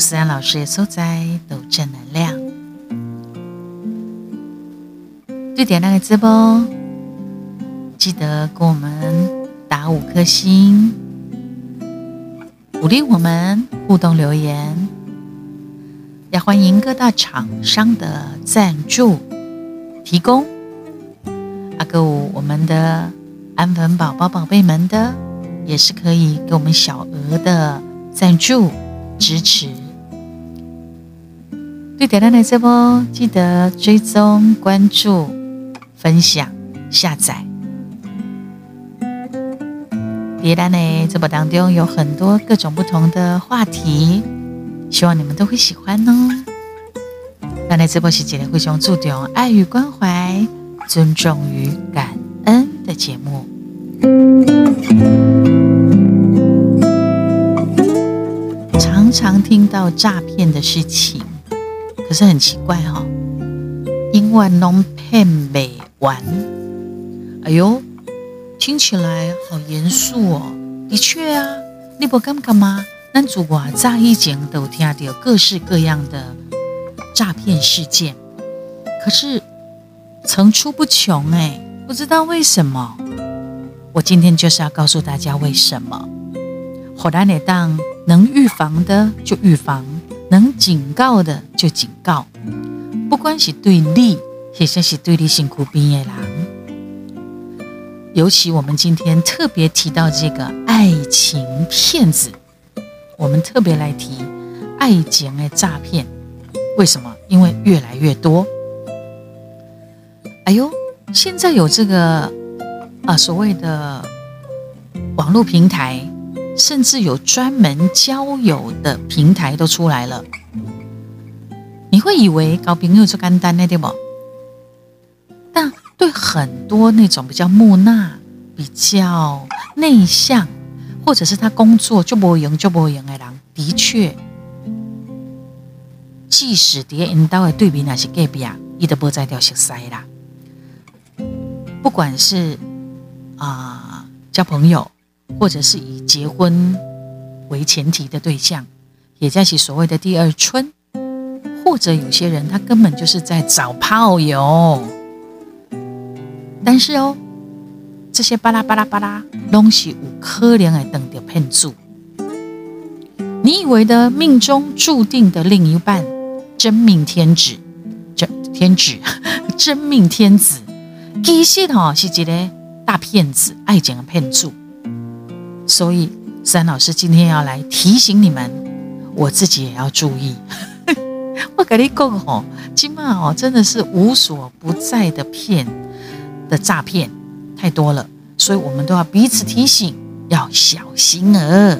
思安老师的所在都正能量。对点那个直播，记得给我们打5颗星，鼓励我们互动留言，也欢迎各大厂商的赞助提供。还有我们的安粉宝宝宝贝们的，也是可以给我们小额的赞助支持。对点赞的这波记得追踪关注分享下载。点赞的这波当中有很多各种不同的话题，希望你们都会喜欢哦。那在这波是一个非常注重爱与关怀、尊重与感恩的节目。常常听到诈骗的事情，可是很奇怪哦，永远都骗不完。哎呦，听起来好严肃哦。的确啊，你不感觉吗？咱自外早以前都听到各式各样的诈骗事件，可是层出不穷哎，不知道为什么。我今天就是要告诉大家为什么。好咱的当能预防的就预防，能警告的就警告，不管是对你，或者是对你身躯边的人。尤其我们今天特别提到这个爱情骗子，我们特别来提爱情的诈骗。为什么？因为越来越多。哎呦，现在有这个所谓的网络平台，甚至有专门交友的平台都出来了。你会以为交朋友就简单的对不？但对很多那种比较木讷、比较内向，或者是他工作就不用的人，的确，即使在因家的对面还是隔壁，他都不再掉熟悉啦。不管是交朋友，或者是以结婚为前提的对象，也在起所谓的第二春，或者有些人他根本就是在找炮友。但是这些巴拉巴拉巴拉东西有可能会等到骗子。你以为的命中注定的另一半，真命天子，真命天子，其实是一个大骗子，爱情的骗子。所以三老师今天要来提醒你们，我自己也要注意。我跟你讲今晚真的是无所不在的诈骗太多了，所以我们都要彼此提醒，要小心儿。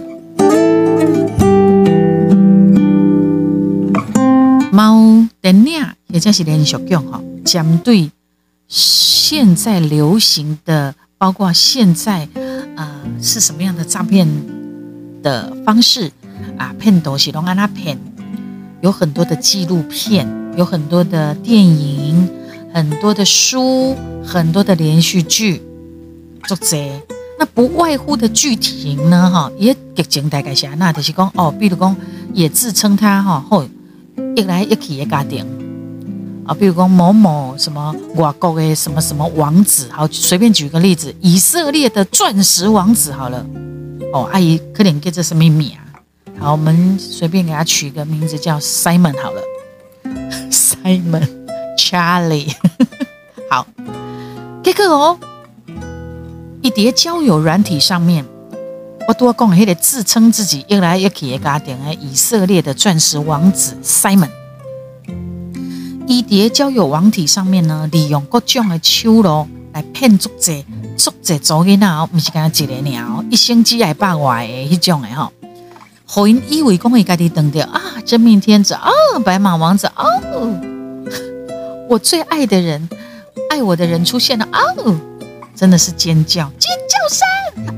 猫电影也就是连续剧针对现在流行的，包括现在是什么样的诈骗的方式骗都是都按他骗，有很多的纪录片，有很多的电影，很多的书，很多的连续剧，做这那不外乎的剧情呢也剧情大概是那就是讲比如讲也自称他一来一去的家庭比如说某某什么外国的什么什么王子，好，随便举个例子，以色列的钻石王子好了，阿姨可能叫这什么名好，我们随便给他取一个名字叫 Simon 好了，Simon Charlie 好，结果一叠交友软体上面，我都要讲那个自称自己一来一去的家庭的以色列的钻石王子 Simon。伊在交友网体上面呢，利用各种的手路来骗足济查囡仔不是干一个尔一生只爱100外的迄种的互因以为讲伊家己当着真命天子白马王子我最爱的人，爱我的人出现了真的是尖叫声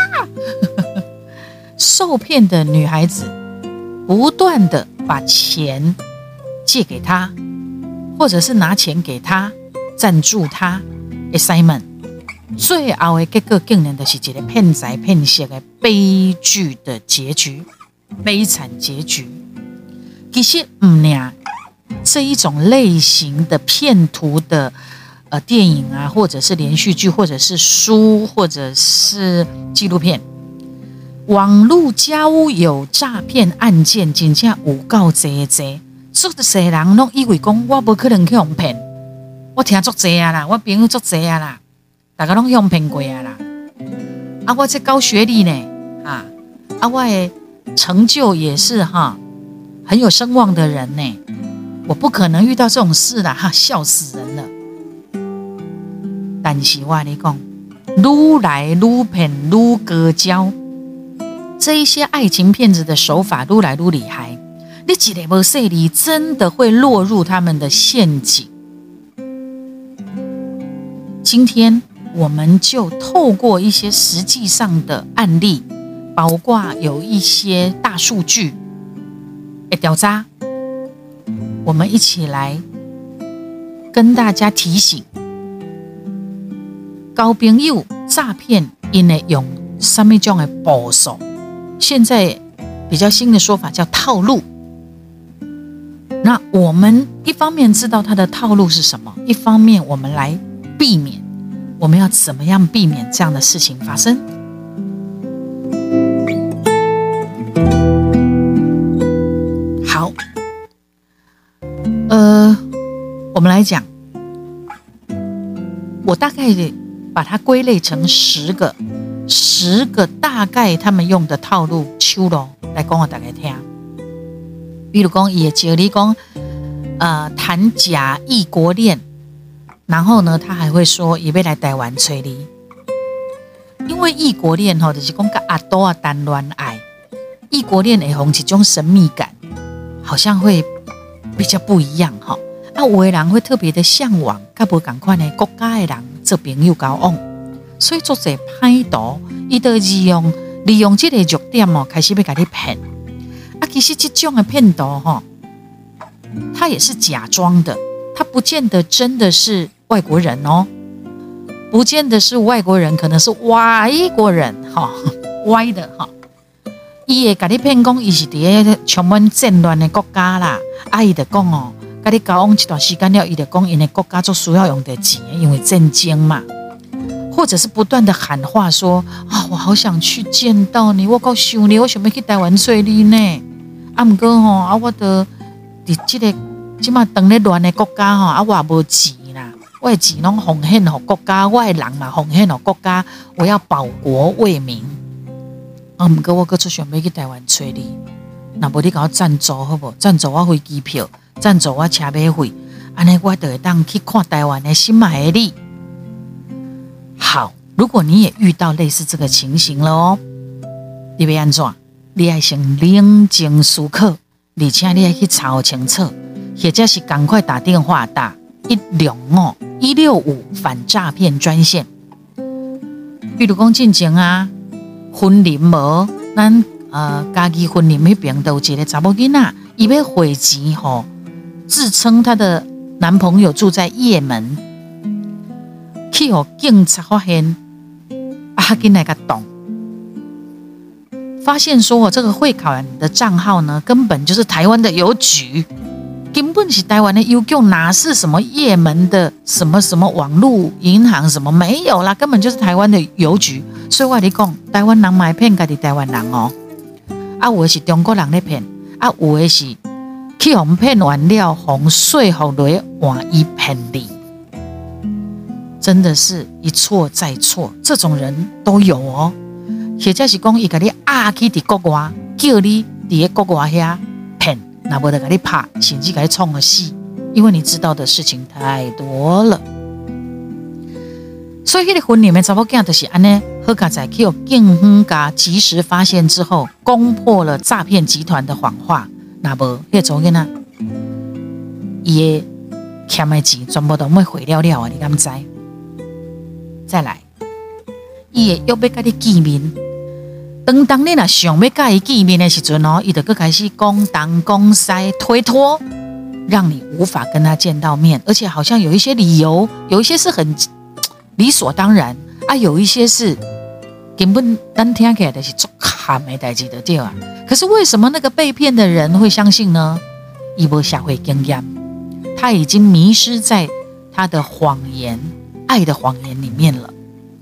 受骗的女孩子不断的把钱借给他，或者是拿钱给他赞助他 Simon， 最后的结果竟然就是一个骗财骗色的悲剧的结局，悲惨结局。 其实这一种类型的骗图的电影啊，或者是连续剧，或者是书，或者是纪录片，网络交友诈骗案件真正有够多，足多人拢以为讲我无可能去互骗，我听足多啊啦，我朋友足多啊啦，大家拢去互骗过啊啦。啊，我这高学历呢，我的成就也是很有声望的人呢，我不可能遇到这种事啦，笑死人了。但是我跟你讲，愈来愈骗愈高招，这一些爱情骗子的手法愈来愈厉害，你一个不小心真的会落入他们的陷阱。今天我们就透过一些实际上的案例，包括有一些大数据的调查，我们一起来跟大家提醒，交朋友诈骗因会用什么种的步数，现在比较新的说法叫套路。那我们一方面知道它的套路是什么，一方面我们来避免，我们要怎么样避免这样的事情发生？好，我们来讲，我大概把它归类成10个大概他们用的套路手路来讲给大家听。比如讲，也教你讲，谈假异国恋，然后呢，他还会说也要来台湾找你，因为异国恋就是讲跟阿多啊谈恋爱，异国恋会有一种神秘感，好像会比较不一样哈。有的人会特别的向往，跟无同款的国家的人做朋友交往，所以做者歹徒，伊就利用这个弱点开始要给你骗。其实这种的骗徒他也是假装的，他不见得真的是外国人哦，不见得是外国人，可能是外国人歪的伊会给你骗讲，伊是在充满战乱的国家啦，伊就讲跟你交往一段时间了，伊就讲因的国家就需要用的钱，因为战争嘛，或者是不断的喊话说我好想去见到你，我够想你，我想要去台湾找你呢。不过我的伫这个即马当咧乱的国家我也无钱啦，我的钱拢奉献给国家，我的人嘛奉献给国家，我要保国为民。不过我佫想要去台湾找你，那无你给我赞助好不？赞助我飞机票，赞助我车马费，安尼我就会当去看台湾的心爱的你。好，如果你也遇到类似这个情形了你要安怎？你要先冷静思考，而且你要去查清楚，或者是赶快打电话打165反诈骗专线。比如讲进前婚礼无，咱家己婚礼那边都有一个查某囡仔，伊要汇钱自称她的男朋友住在也门，去互警察发现，紧来个动。发现说这个汇款的账号呢，根本就是台湾的邮局，根本是台湾的邮局，哪是什么也门的什么什么网络银行什么没有啦，根本就是台湾的邮局。所以我跟你讲，台湾人买骗家己台湾人有的是中国人在骗，有的是去互骗完了，互说服落换伊骗你，真的是一错再错，这种人都有或者是讲伊甲你去伫国外，叫你伫国外遐骗，那无就甲你拍，甚至甲你创个死，因为你知道的事情太多了。所以迄个婚里面查某囝就是安尼，好佳在去警方甲及时发现之后，攻破了诈骗集团的谎话，那无迄个查某囝伊的欠的钱全部都要毁了了你敢知？再来，伊会又要甲你见面。当你若想要跟伊见面的时阵伊就开始讲东讲西推脱，让你无法跟他见到面，而且好像有一些理由，有一些是很理所当然有一些是根本咱听起来就是做喊的代志的对啊。可是为什么那个被骗的人会相信呢？ 伊无社会经验，他已经迷失在他的谎言、爱的谎言里面了。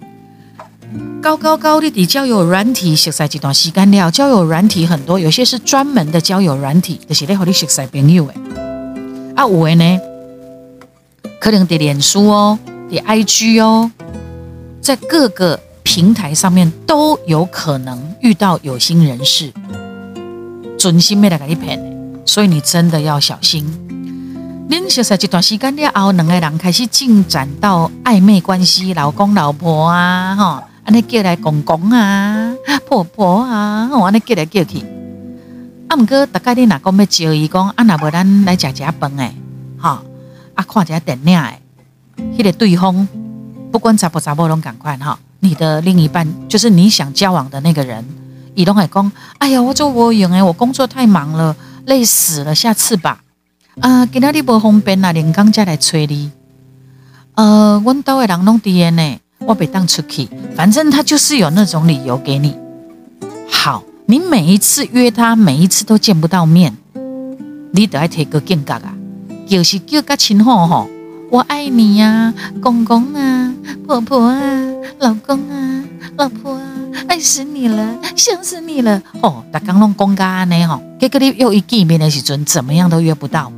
高，你伫交友软体熟悉一段时间了，交友软体很多，有些是专门的交友软体，就是咧互你熟悉朋友的。有的呢，可能伫脸书哦，伫 IG 哦，在各个平台上面都有可能遇到有心人士，准心要来给你骗的，所以你真的要小心。恁熟悉一段时间了后，两个人开始进展到暧昧关系，老公老婆啊，吼。安尼叫来公公啊、婆婆啊，安尼叫来叫去。毋过大概你若讲要招伊讲，若无咱来食饭诶，看一下电影诶，迄个对方不管查甫拢同款你的另一半就是你想交往的那个人，伊拢会讲：哎呀，我做无用诶，我工作太忙了，累死了，下次吧。今仔日无方便啊，连工才来催你。阮兜诶人拢伫诶呢。我别当出去，反正他就是有那种理由给你。好，你每一次约他，每一次都见不到面，你得要提个警觉啊，就是叫甲亲好吼，我爱你啊，公公啊，婆婆啊，老公啊，老婆啊，爱死你了，想死你了，大家拢讲甲安尼吼，结果你又一见面的时阵，怎么样都约不到，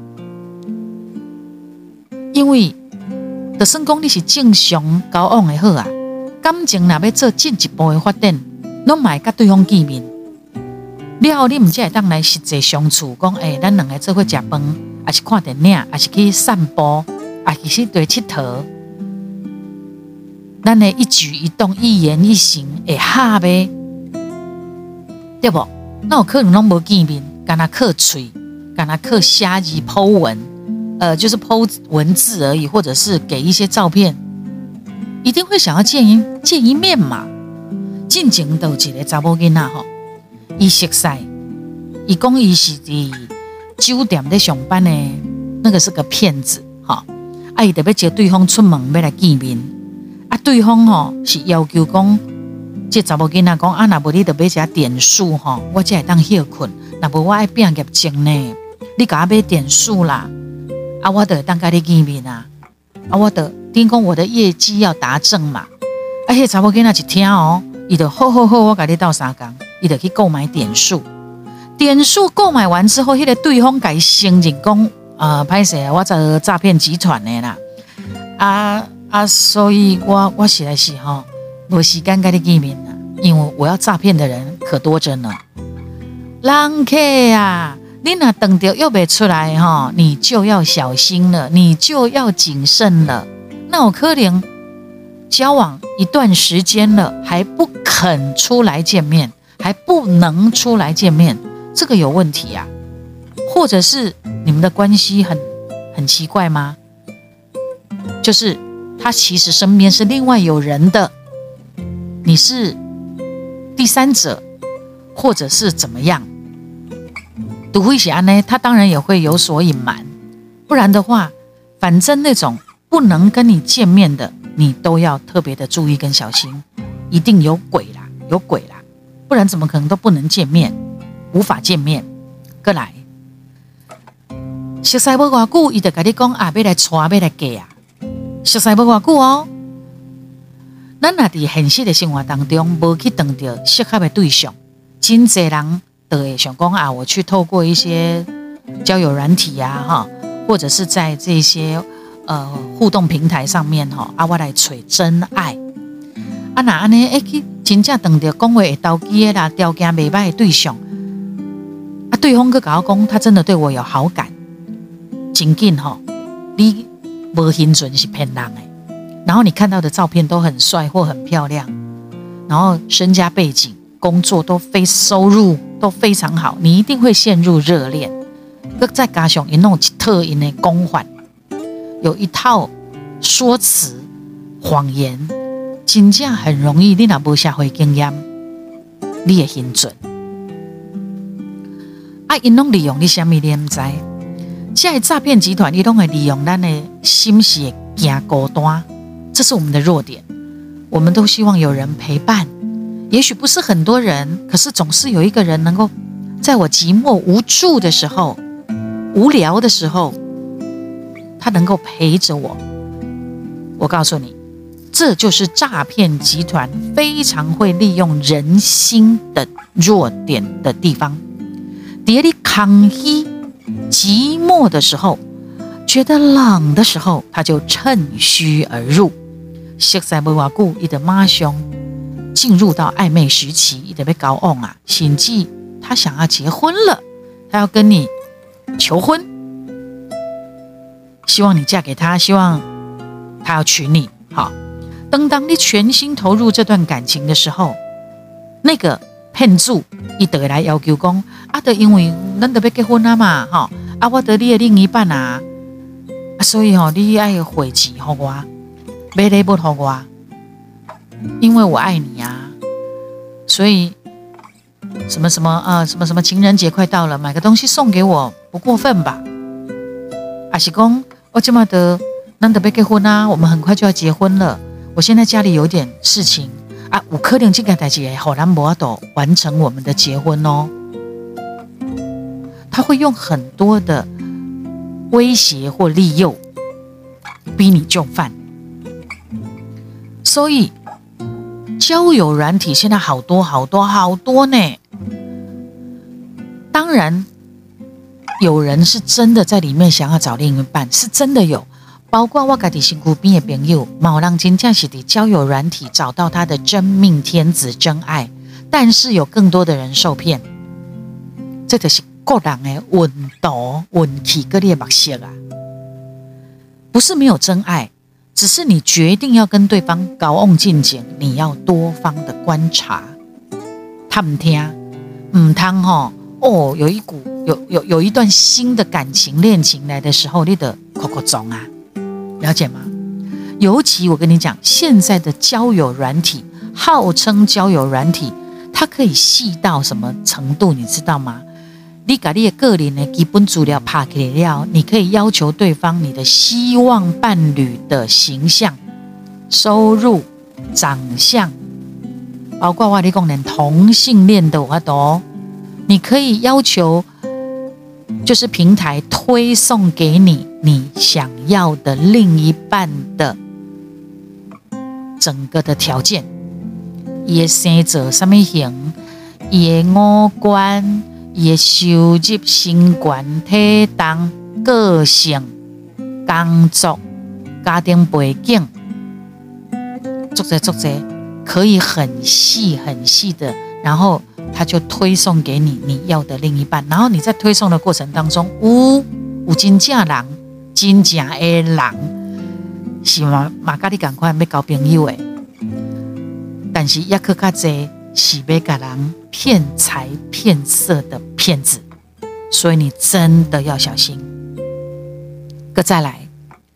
因为。就算讲你是正常交往的好啊，感情若要做进一步的发展，拢嘛会甲对方见面。了后你唔才会当来实际相处，讲咱两个做伙食饭，还是看电影，还是去散步，还是去对佚佗。咱的一举一动、一言一行会合呗，对不？那有可能拢无见面，干那靠嘴，干那靠写字、po文。就是 po 文字而已，或者是给一些照片，一定会想要见一面嘛。进前就有一个查某囡仔吼，伊熟悉，伊讲伊是伫酒店咧上班的，那个是个骗子哈。伊特别叫对方出门要来见面，对方吼是要求讲，这查某囡仔讲若无你就买一下点数吼，我才会当休困，若无我爱拼业绩呢，你甲我买点数啦。我得当甲你见面啊！我得听讲我的业绩要达成嘛。迄查某囡仔一听伊就好，我甲你斗3工，伊就去购买点数。点数购买完之后，迄个对方甲伊承认讲，歹势，我做诈骗集团的啦。所以我实在是无时间甲你见面啦，因为我要诈骗的人可多着呢。人客啊！你若等到又没出来你就要小心了，你就要谨慎了。那有可能交往一段时间了，还不肯出来见面，还不能出来见面，这个有问题啊？或者是你们的关系很奇怪吗？就是他其实身边是另外有人的，你是第三者，或者是怎么样？都会写呢，他当然也会有所隐瞒，不然的话，反正那种不能跟你见面的，你都要特别的注意跟小心，一定有鬼啦，不然怎么可能都不能见面，无法见面。过来，熟悉无偌久，伊就跟你讲要来娶，要来嫁啊，熟悉无偌久哦。咱若伫现实的生活当中，无去碰到适合的对象，真侪人。对，想讲我去透过一些交友软体或者是在这些互动平台上面我来找真爱。那安尼去真正碰到讲话会投机的啦，条件袂歹的对象，对方去跟我讲他真的对我有好感，真紧你无形准是骗人的。然后你看到的照片都很帅或很漂亮，然后身家背景。工作收入都非常好，你一定会陷入热恋。再加上一弄特因的公法，有一套说辞谎言，真正很容易你若无社会经验，你会很准。因拢利用你什么你唔知？这些诈骗集团伊拢会利用咱的心事惊孤单，这是我们的弱点。我们都希望有人陪伴。也许不是很多人，可是总是有一个人能够在我寂寞无助的时候无聊的时候，他能够陪着我。我告诉你，这就是诈骗集团非常会利用人心的弱点的地方。在你空虚寂寞的时候，觉得冷的时候，他就趁虚而入。实在没多久，他就马上进入到暧昧时期，他就要交往啊，甚至他想要结婚了，他要跟你求婚，希望你嫁给他，希望他要娶你。好，当你全心投入这段感情的时候，那个骗子他就会来要求说，就因为咱就要结婚了嘛，我得你的另一半啊，所以你要汇钱给我，买礼物给我，因为我爱你啊，所以什么情人节快到了，买个东西送给我，不过分吧？还是说我现在咱就要结婚啊，我们很快就要结婚了，我现在家里有点事情啊，有可能这件事情会让我们完成我们的结婚哦。他会用很多的威胁或利诱逼你就范，所以交友软体现在好多呢。当然有人是真的在里面想要找另一半，是真的有，包括我自己身边的朋友，有人真的是在交友软体找到他的真命天子真爱，但是有更多的人受骗，这就是个人的运道运气跟你的目色啊，不是没有真爱，只是你决定要跟对方交往进前，你要多方的观察。他不听，不通有一段新的感情恋情来的时候，你得扣中啊，了解吗？尤其我跟你讲，现在的交友软体，号称交友软体，它可以细到什么程度，你知道吗？你把你的个人的基本资料拍给了，你可以要求对方你的希望伴侣的形象、收入、长相，包括我跟你说连同性恋的我都，你可以要求，就是平台推送给你你想要的另一半的整个的条件，他的生做什么型，他的五官，他的收入、身高、体重、个性、工作、家庭背景，足多，可以很细的，然后他就推送给你你要的另一半，然后你在推送的过程当中，有真正人，真正的人是嘛跟你同款要交朋友的，但是也更加多是要给人骗财骗色的骗子，所以你真的要小心。再来，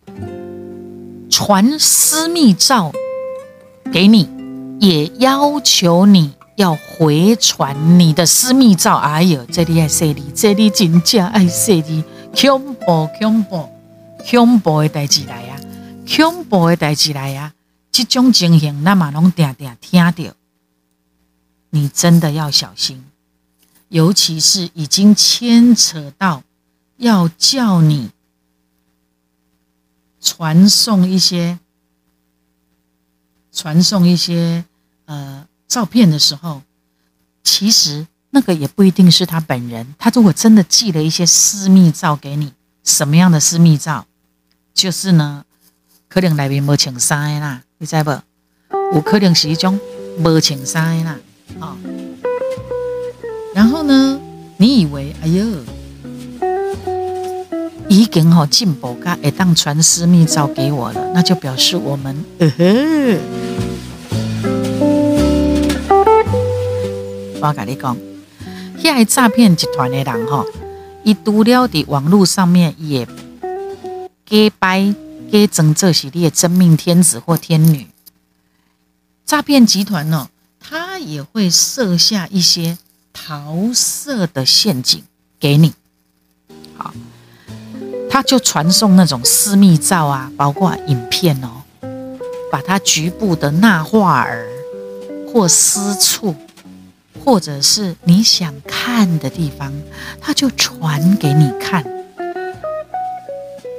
传私密照给你，也要求你要回传你的私密照。哎呦，这里爱说你，这里真正爱说你，恐怖的代志来啊！恐怖的代志来啊！这种情形咱嘛拢常常听到，你真的要小心，尤其是已经牵扯到要叫你传送一些照片的时候，其实那个也不一定是他本人。他如果真的寄了一些私密照给你，什么样的私密照？就是呢，可能里面没穿衫的啦，你知不？有可能是一种没穿衫的啦，然后呢，你以为哎呦，已经进步到会当传私密照给我了，那就表示我们我跟你讲，那个诈骗集团的人他除了在网络上面也假装这是你的真命天子或天女，诈骗集团他也会设下一些桃色的陷阱给你。好，他就传送那种私密照啊，包括影片把他局部的纳化儿或私处，或者是你想看的地方，他就传给你看。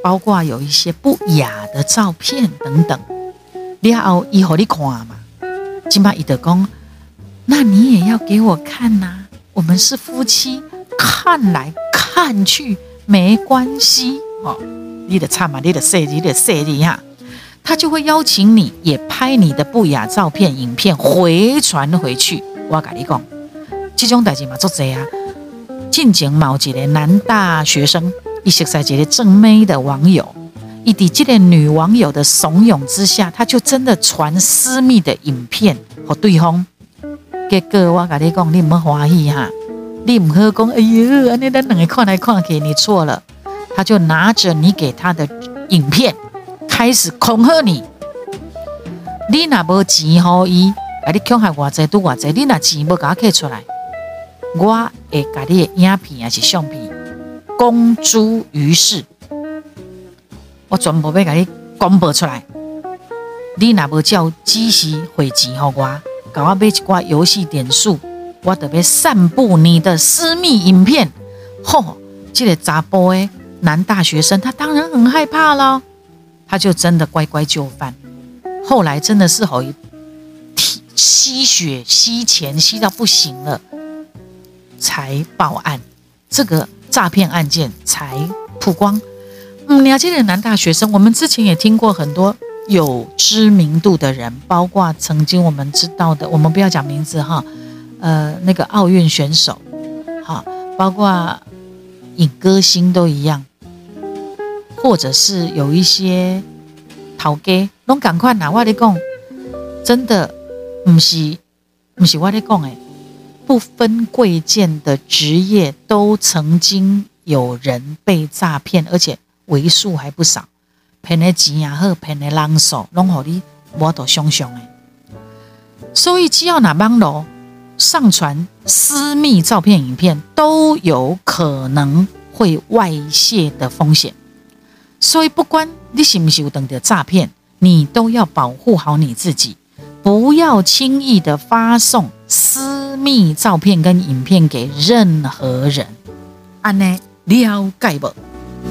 包括有一些不雅的照片等等。然后伊给你看嘛，现在伊就说，那你也要给我看啊，我们是夫妻，看来看去没关系哦。你的唱嘛，你的设计哈，他就会邀请你也拍你的不雅照片、影片回传回去。我跟你讲，这种代志嘛做多啊。近前嘛有一个男大学生，他熟悉一个正妹的网友，他在这个女网友的怂恿之下，他就真的传私密的影片给对方。结果我跟你讲，你不要欢喜哈，你不好讲，哎呦，这样咱两个看来看去，你错了。他就拿着你给他的影片，开始恐吓你。你若无钱给他，你恐吓偌济拄偌济，你若钱无给他摕出来，我会把你的影片还是相片公诸于世，我全部要给你公布出来。你若无照指示汇钱给我，给我买一寡游戏点数，我就要散布你的私密影片。吼，这个查甫的男大学生他当然很害怕了，他就真的乖乖就范。后来真的是吸血吸钱吸到不行了，才报案，这个诈骗案件才曝光。你还记得男大学生？我们之前也听过很多有知名度的人，包括曾经我们知道的，我们不要讲名字哈，那个奥运选手，哈，包括影歌星都一样，或者是有一些头家，拢赶快拿我跟你讲，真的不是我跟你讲不分贵贱的职业，都曾经有人被诈骗，而且为数还不少，骗的钱也好，骗的人数，拢让你无法想象的。所以只要拿网络上传私密照片、影片，都有可能会外泄的风险。所以不管你是不是有遇到诈骗，你都要保护好你自己，不要轻易的发送私密照片跟影片给任何人。这样了解不？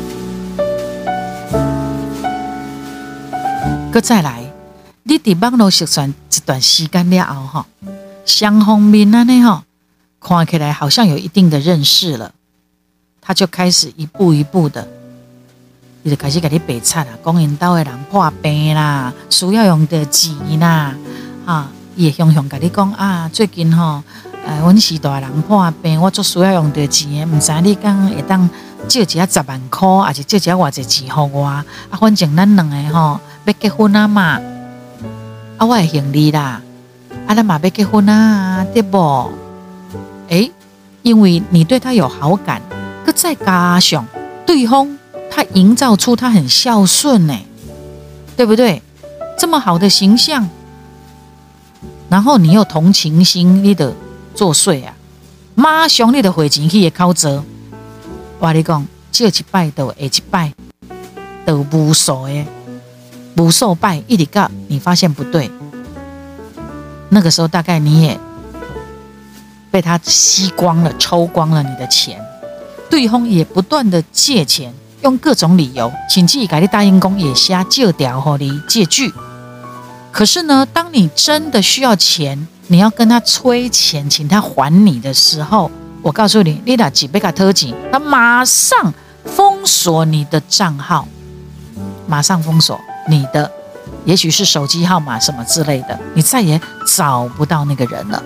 再来，你在网络上传一段时间了后，双方面看起来好像有一定的认识了，他就开始一步一步的，他就开始给你白菜啦，讲他们家的人破病啦，需要用到钱啦，也常常跟你讲啊，最近我是大人破病，我最需要用到钱，不知你讲会当借一下10万块，还是借一下偌济钱给我啊？反正咱两个要结婚啊嘛，我会行李啦，咱嘛要结婚啊，对不？因为你对他有好感，再加上对方他营造出他很孝顺呢，对不对？这么好的形象，然后你又同情心，你的作祟啊，马上你的汇钱去的口座。我跟你讲，借一摆就下一摆，就无数摆，一直到你发现不对，那个时候大概你也被他吸光了、抽光了你的钱，对方也不断的借钱，用各种理由，甚至给你答应讲也瞎借条给你借据。可是呢，当你真的需要钱，你要跟他催钱，请他还你的时候，我告诉你，你拿几杯给他偷钱，他马上封锁你的账号，马上封锁你的，也许是手机号码什么之类的，你再也找不到那个人了。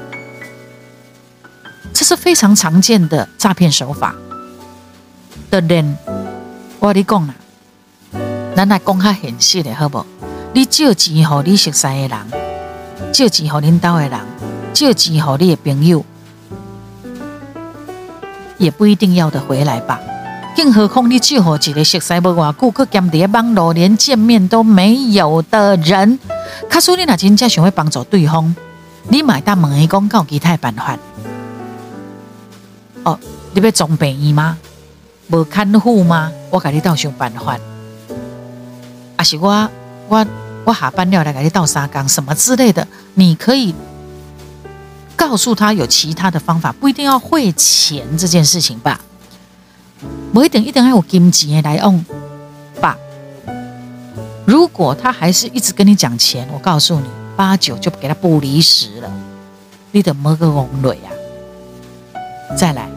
这是非常常见的诈骗手法的人。我跟你讲啦，咱来讲较现实的好不好？你借钱给你熟悉的人，借钱给恁家的人，借钱给你的朋友，也不一定要得回来吧。更何况你借给一个熟悉不偌久，佮兼在网络连见面都没有的人，假使你若真正想要帮助对方，你嘛会当问伊讲，有其他办法？你要装病医吗？无看护吗？我给你倒想办法。还是我下班了来给你倒沙缸什么之类的，你可以告诉他有其他的方法，不一定要汇钱这件事情吧。不一定要有金钱的来往吧。 如果他还是一直跟你讲钱，我告诉你，8、9就给他不离10了。你的某个翁蕊啊，再来，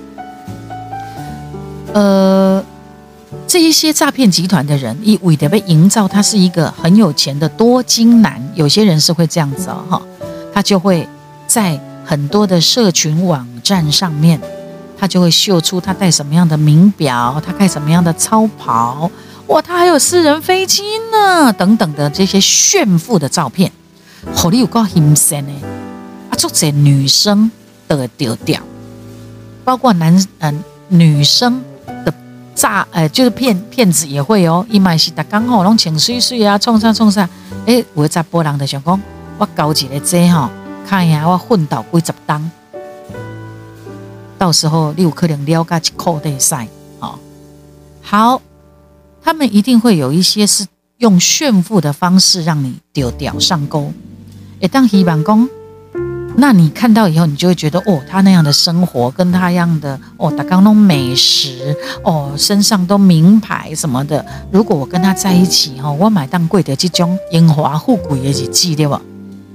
这一些诈骗集团的人，为的被营造他是一个很有钱的多金男，有些人是会这样子哦，他就会在很多的社群网站上面，他就会秀出他戴什么样的名表，他开什么样的超跑，哇，他还有私人飞机呢，等等的这些炫富的照片，好你有够心酸呢，做这女生的丢掉，包括女生的就是骗子也会哦，伊嘛是逐工吼拢穿水水啊，创啥，有的查甫人就想讲，我交一个这吼，看呀我混到几十档，到时候你有可能了解一口袋塞，好，他们一定会有一些是用炫富的方式让你丢掉上钩，当希望讲。那你看到以后，你就会觉得哦，他那样的生活跟他一样的哦，打刚弄美食哦，身上都名牌什么的。如果我跟他在一起哈，我买当贵的这种荣华富贵的日子，对吧？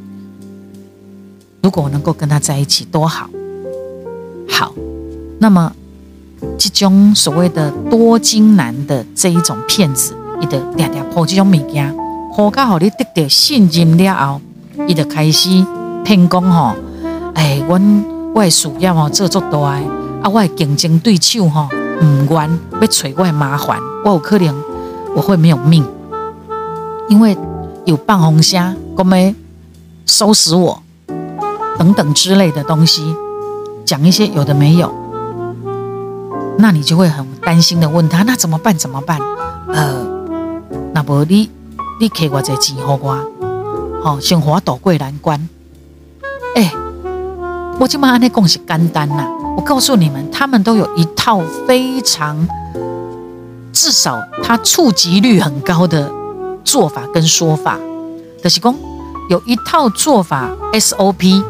如果我能够跟他在一起，多好！好，那么这种所谓的多金男的这一种骗子，他就常常抛这种物件，抛到让你得到信任了后，他就开始。骗讲吼，我的事业吼做足大的，我的竞争对手吼唔愿要找我的麻烦，我有可能我会没有命，因为有放风声，讲要收拾我等等之类的东西，讲一些有的没有，那你就会很担心的问他，那怎么办？那无你给我这钱给我，生活渡过难关。我这么按呢讲是简单呐，我告诉你们，他们都有一套非常，至少它触及率很高的做法跟说法，就是说有一套做法 SOP，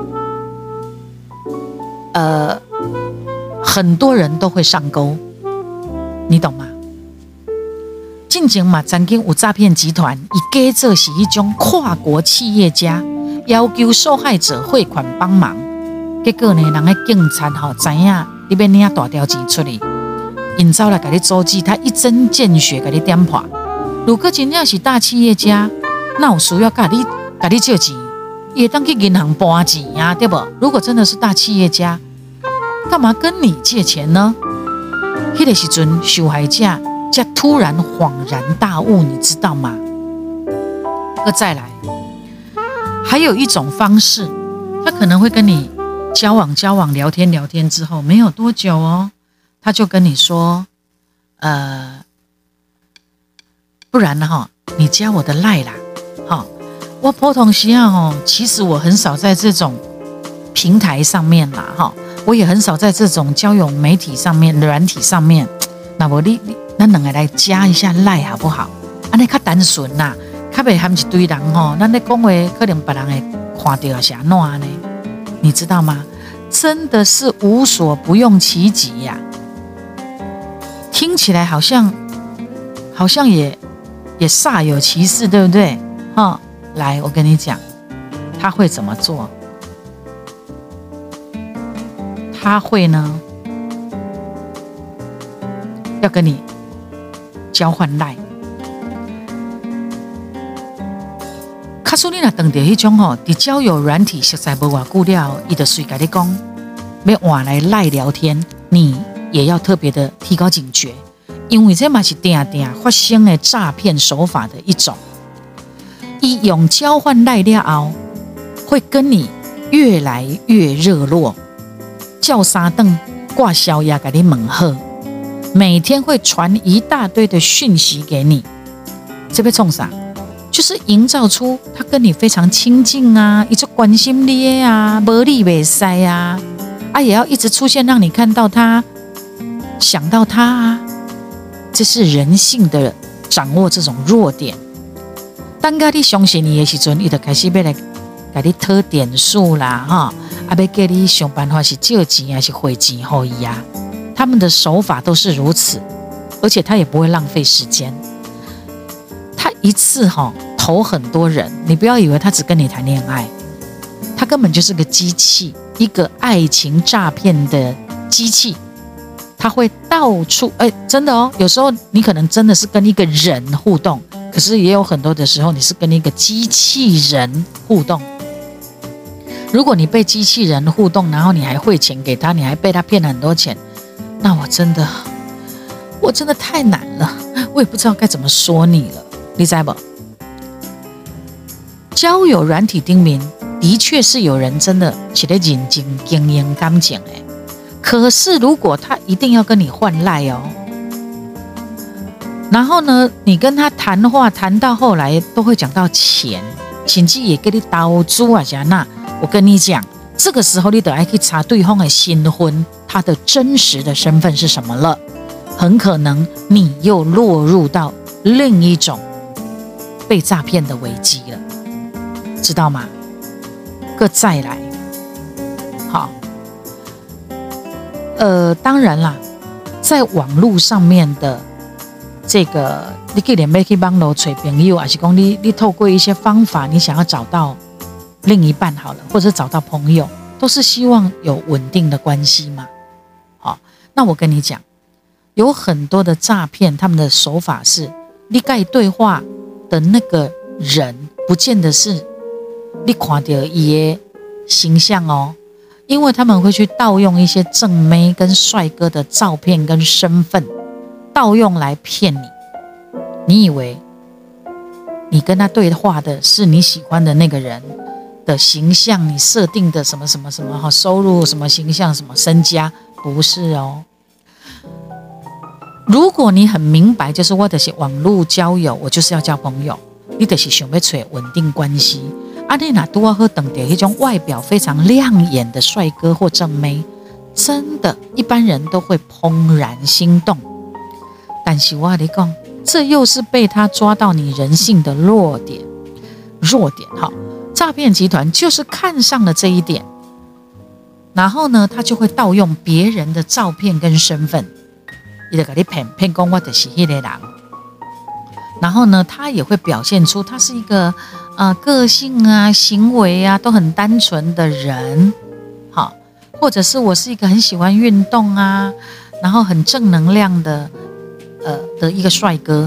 很多人都会上钩，你懂吗？近前嘛，曾经有诈骗集团，以假做是一种跨国企业家，要求受害者汇款帮忙。结果呢，人的警察知影你要领大条钱出去，因走来给你阻止，他一针见血给你点破。如果真正是大企业家，那有需要给你借钱，也当去银行搬钱啊，对不？如果真的是大企业家，干嘛跟你借钱呢？那个时阵，受害者才突然恍然大悟，你知道吗？再来，还有一种方式，他可能会跟你交往聊天之后没有多久哦，他就跟你说，不然呢你加我的 LINE 啦，我普通时啊其实我很少在这种平台上面啦我也很少在这种交友媒体上面、软体上面，那我咱两个来加一下 LINE 好不好？安尼较单纯啦，较袂含一堆人咱咧讲话可能别人会看到是安怎呢？你知道吗？真的是无所不用其极呀！听起来好像也煞有其事，对不对？来，我跟你讲，他会怎么做？他会呢，要跟你交换 LINE。假使你若碰到迄种伫交友软体实在无偌久了，伊就随甲你讲要换来赖聊天，你也要特别的提高警觉，因为这嘛是定发生的诈骗手法的一种。伊用交换赖了后，会跟你越来越热络，叫三顿挂宵夜给你问候，每天会传一大堆的讯息给你，这要创啥？就是营造出他跟你非常亲近啊，一直关心你啊，没你没塞啊，也要一直出现让你看到他，想到他啊，这是人性的掌握这种弱点。当你相信你的时候，他就开始要来给你讨点数啦，要叫你想办法是借钱还是汇钱给他啊。他们的手法都是如此，而且他也不会浪费时间。他一次投很多人，你不要以为他只跟你谈恋爱，他根本就是个机器，一个爱情诈骗的机器。他会到处真的有时候你可能真的是跟一个人互动，可是也有很多的时候你是跟一个机器人互动。如果你被机器人互动，然后你还汇钱给他，你还被他骗了很多钱，那我真的太难了，我也不知道该怎么说你了，你知不？交友软体顶面的确是有人真的是在认真经营感情的，可是如果他一定要跟你换赖然后呢，你跟他谈话谈到后来都会讲到钱，甚至也给你投资啊啥那，我跟你讲，这个时候你得要去查对方的新婚，他的真实的身份是什么了，很可能你又落入到另一种被诈骗的危机了，知道吗？再来，好，当然啦，在网络上面的这个，你可以要去网络找朋友，还是说你透过一些方法，你想要找到另一半好了，或者找到朋友，都是希望有稳定的关系嘛。好，那我跟你讲，有很多的诈骗，他们的手法是，你跟对话的那个人，不见得是你看到他的形象因为他们会去盗用一些正妹跟帅哥的照片跟身份，盗用来骗你。你以为你跟他对话的是你喜欢的那个人的形象，你设定的什么什么什么收入什么形象什么身家，不是如果你很明白，就是我就是网络交友，我就是要交朋友，你就是想要找稳定关系。你若拄好等到那种外表非常亮眼的帅哥或正妹，真的一般人都会怦然心动。但是我跟你讲，这又是被他抓到你人性的弱点。诈骗集团就是看上了这一点，然后呢，他就会盗用别人的照片跟身份，他就给你骗说我就是那个人。然后呢，他也会表现出他是一个个性啊、行为啊都很单纯的人，好，或者是我是一个很喜欢运动啊，然后很正能量的一个帅哥。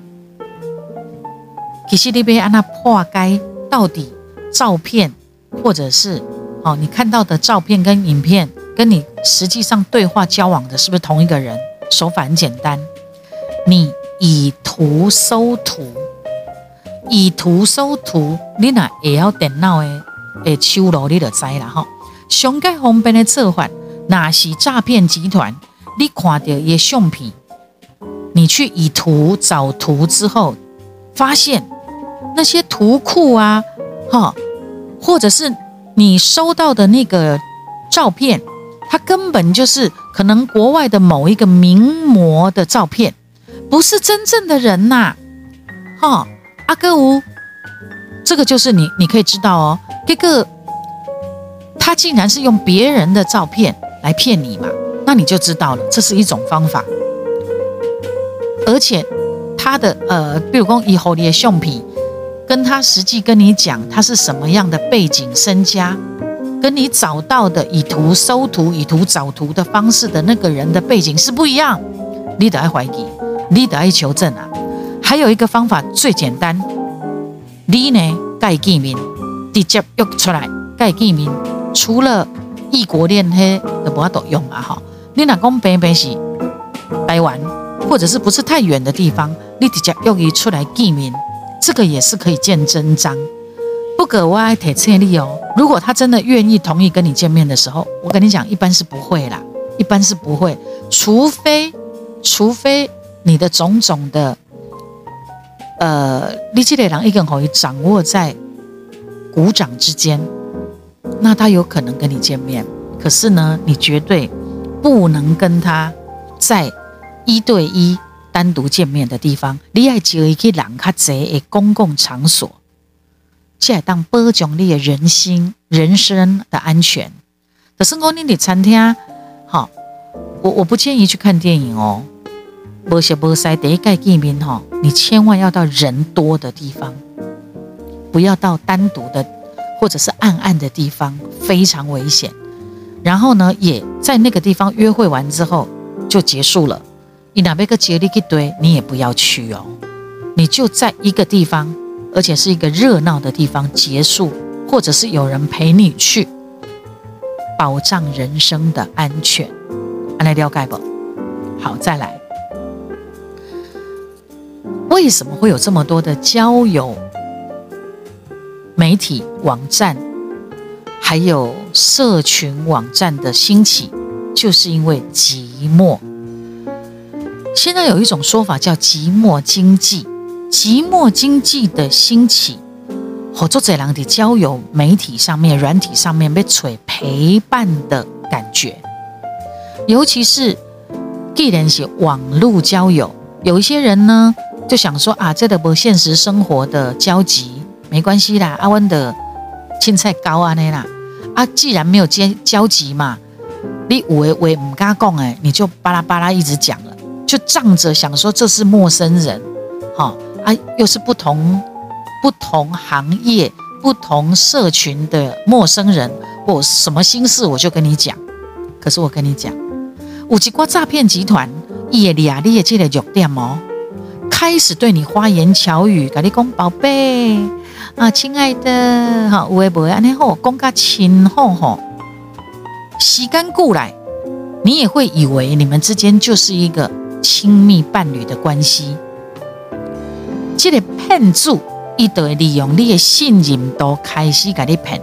其实你要按那破解到底照片或者是你看到的照片跟影片，跟你实际上对话交往的是不是同一个人？手法很简单，你以图搜图，以图搜图，你若会晓电脑的手路，你就知啦上界方便的做法，若是诈骗集团，你看到伊的相片，你去以图找图之后，发现那些图库啊，或者是你收到的那个照片，它根本就是可能国外的某一个名模的照片，不是真正的人呐，阿哥吴，这个就是你可以知道这个他竟然是用别人的照片来骗你嘛，那你就知道了，这是一种方法。而且他的比如说以后你的相片，跟他实际跟你讲他是什么样的背景身家，跟你找到的以图搜图、以图找图的方式的那个人的背景是不一样，你得要怀疑，你得要求证啊。还有一个方法最简单，你呢盖见面，直接约出来盖见面，除了异国恋黑都不要用啊你若讲平平是台湾，或者是不是太远的地方，你直接约伊出来见面，这个也是可以见真章。不过我要提醒你如果他真的愿意同意跟你见面的时候，我跟你讲，一般是不会啦，一般是不会，除非你的种种的你这个人已经可以掌握在股掌之间，那他有可能跟你见面，可是呢，你绝对不能跟他在1对1单独见面的地方，你要招他去人较侪的公共场所，这会当保障你的人身的安全。就是说你在餐厅我不建议去看电影没识没识第一盖见面哈，你千万要到人多的地方，不要到单独的或者是暗暗的地方，非常危险。然后呢，也在那个地方约会完之后就结束了。你哪边个接力一堆，你也不要去哦。你就在一个地方，而且是一个热闹的地方结束，或者是有人陪你去，保障人生的安全。来了解不？好，再来。为什么会有这么多的交友媒体网站，还有社群网站的兴起？就是因为寂寞。现在有一种说法叫寂寞经济，寂寞经济的兴起，好多这人的交友媒体上面、软体上面被找陪伴的感觉，尤其是既然是网络交友，有一些人呢就想说啊，这个不现实生活的交集没关系啦，阿温的青菜高啊那啦，啊既然没有交集嘛，你有的话不敢讲哎，你就巴拉巴拉一直讲了。就仗着想说这是陌生人，又是不同行业、不同社群的陌生人，我什么心事我就跟你讲。可是我跟你讲，有一些诈骗集团，也利用你的这个弱点哦，开始对你花言巧语，跟你讲宝贝啊，亲爱的，哈，有的没的，安尼好，讲甲亲好吼，时间过来，你也会以为你们之间就是一个亲密伴侣的关系。这个骗子他就会利用你的信任度开始给你骗。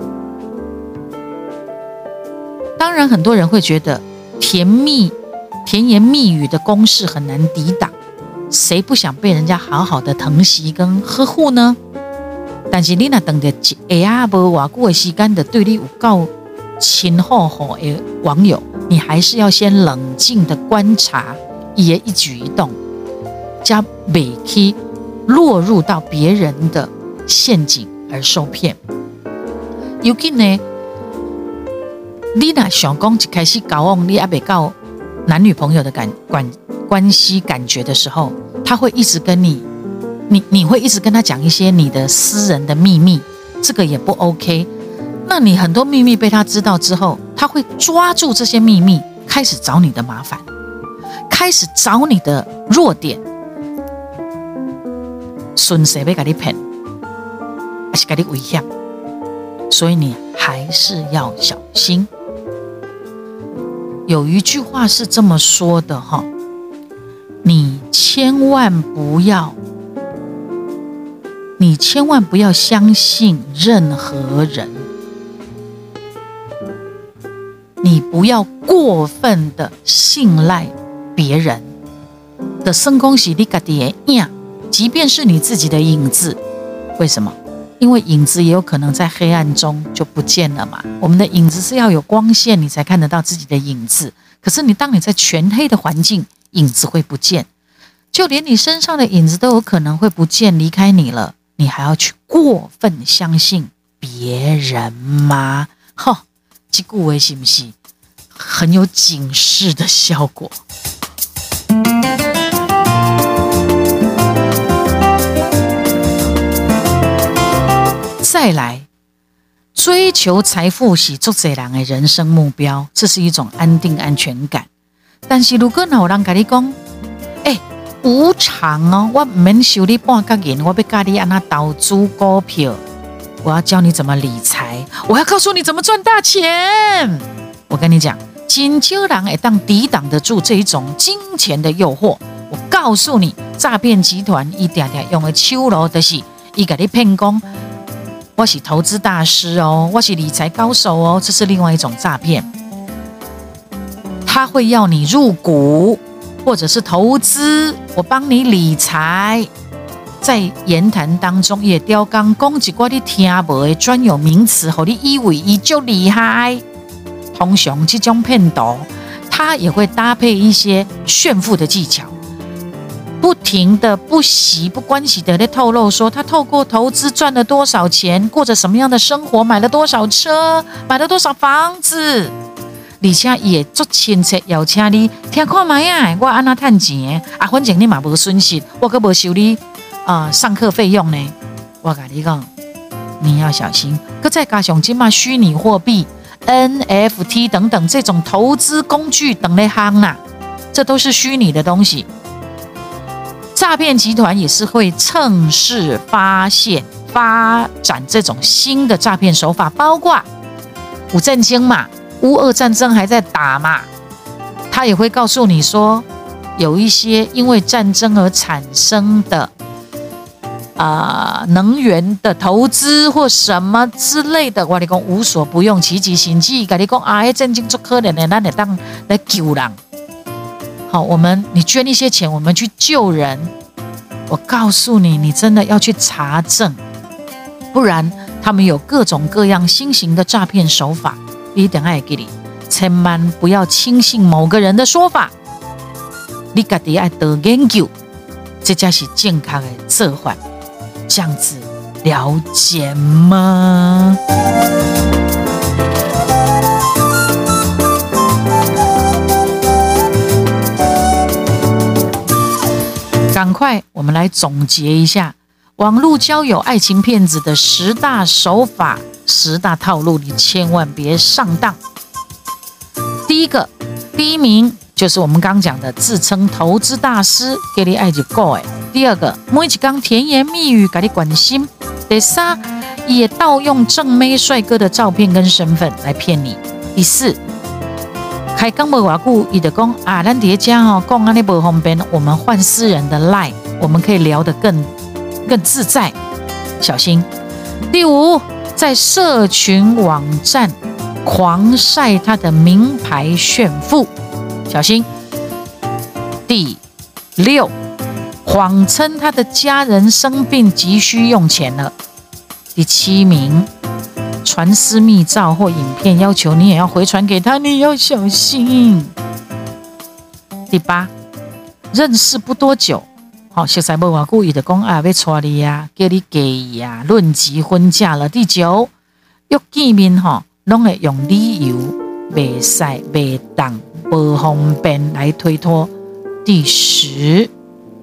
当然很多人会觉得甜言蜜语的攻势很难抵挡，谁不想被人家好好的疼惜跟呵护呢？但是你若等着下没多久的时间的对你有够亲厚厚的网友，你还是要先冷静的观察他的一举一动，才袂去落入到别人的陷阱而受骗。尤其呢，你若想讲一开始交往，你还没到男女朋友的关系感觉的时候，他会一直跟你会一直跟他讲一些你的私人的秘密，这个也不 OK。那你很多秘密被他知道之后，他会抓住这些秘密，开始找你的麻烦，开始找你的弱点，顺势要给你骗，还是给你危险，所以你还是要小心。有一句话是这么说的哈，你千万不要相信任何人，你不要过分的信赖别人的身空是你自己的影，即便是你自己的影子。为什么？因为影子也有可能在黑暗中就不见了嘛。我们的影子是要有光线，你才看得到自己的影子。可是当你在全黑的环境，影子会不见，就连你身上的影子都有可能会不见，离开你了，你还要去过分相信别人吗？这句话是不是很有警示的效果？再来，追求财富是很多人的人生目标，这是一种安定安全感。但是如果有人跟你说无常哦，我不免收你半角银，我要教你怎么投资股票，我要教你怎么理财，我要告诉你怎么赚大钱。我跟你讲，很少人会当抵挡得住这一种金钱的诱惑。我告诉你，诈骗集团一定定用的手路就是他跟你骗说我是投资大师哦，我是理财高手哦，这是另外一种诈骗。他会要你入股或者是投资，我帮你理财。在言谈当中也刁刚讲一些你听不懂的专有名词，让你以为他很厉害。通常这种骗徒他也会搭配一些炫富的技巧，不停的不息不关系的在透露说他透过投资赚了多少钱，过着什么样的生活，买了多少车，买了多少房子。 而且也足亲切，邀请你听看卖啊，我安怎赚钱啊？反正你嘛无损失，我可无收你上课费用呢。我跟你讲，你要小心。搁再加上今嘛虚拟货币、NFT 等等这种投资工具等类行啦，这都是虚拟的东西。诈骗集团也是会趁势发展这种新的诈骗手法，包括有战争嘛，乌俄战争还在打嘛，他也会告诉你说，有一些因为战争而产生的能源的投资或什么之类的，我跟你讲无所不用其极，甚至跟你讲战争很可怜的，咱得当来救人。好，你捐一些钱，我们去救人。我告诉你，你真的要去查证，不然他们有各种各样新型的诈骗手法。你等下给你，千万不要轻信某个人的说法，你自己要多研究，这才是健康的做法。这样子了解吗？赶快，我们来总结一下网络交友爱情骗子的10大手法、10大套路，你千万别上当。第一名就是我们刚讲的自称投资大师，给你爱就够哎。第二个，每一天甜言蜜语给你关心。第三，也盗用正妹帅哥的照片跟身份来骗你。第四，开讲无偌久，伊就讲咱伫家讲安尼无方便，我们换私人的 LINE， 我们可以聊得更自在，小心。第五，在社群网站狂晒他的名牌炫富，小心。第六，谎称他的家人生病急需用钱了。第七名，传私密照或影片，要求你也要回传给他，你要小心。第八，认识不多久，熟悉无偌久，伊就讲要娶你啊，叫你嫁伊啊，论及婚嫁了。第九，约见面拢会用理由袂使、袂当、不方便来推脱。第十，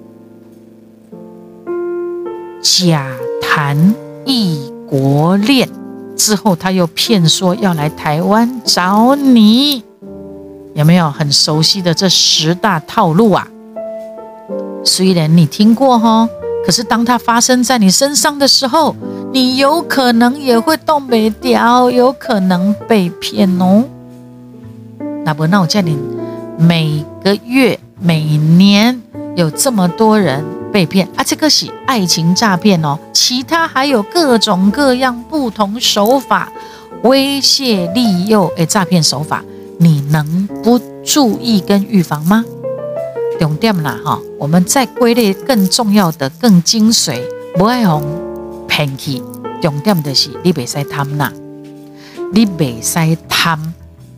假谈异国恋之后，他又骗说要来台湾找你，有没有很熟悉的这10大套路啊？虽然你听过可是当它发生在你身上的时候，你有可能也会动不掉，有可能被骗哦。那不那我叫你每个月每年有这么多人被骗啊，这个是爱情诈骗哦，其他还有各种各样不同手法威胁利诱的诈骗手法，你能不注意跟预防吗？重点啦我们再归类更重要的、更精髓，不爱用骗去。重点就是你不使贪啦，你不使贪，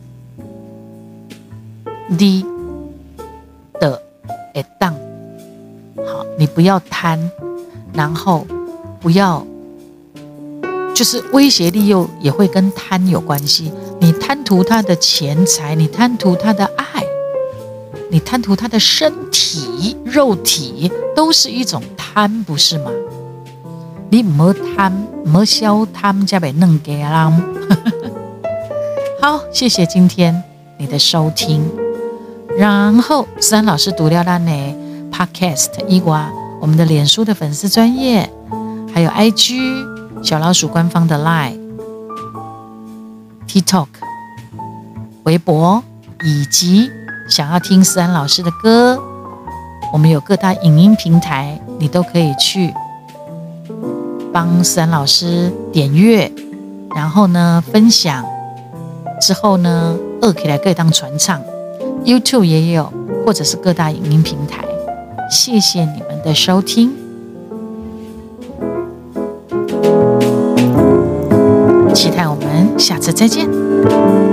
你的会当好，你不要贪，然后不要就是威胁利诱也会跟贪有关系。你贪图他的钱财，你贪图他的爱，你贪图他的身体、肉体，都是一种贪，不是吗？你不要贪，不要小贪，才袂弄家人。好，谢谢今天你的收听。然后思安老师读了咱的 podcast 以外，我们的脸书的粉丝专页，还有 IG 小老鼠官方的 Line、TikTok、微博，以及想要听思安老师的歌，我们有各大影音平台，你都可以去帮思安老师点阅，然后呢分享，之后呢起来可以当传唱。YouTube 也有，或者是各大影音平台。谢谢你们的收听，期待我们下次再见。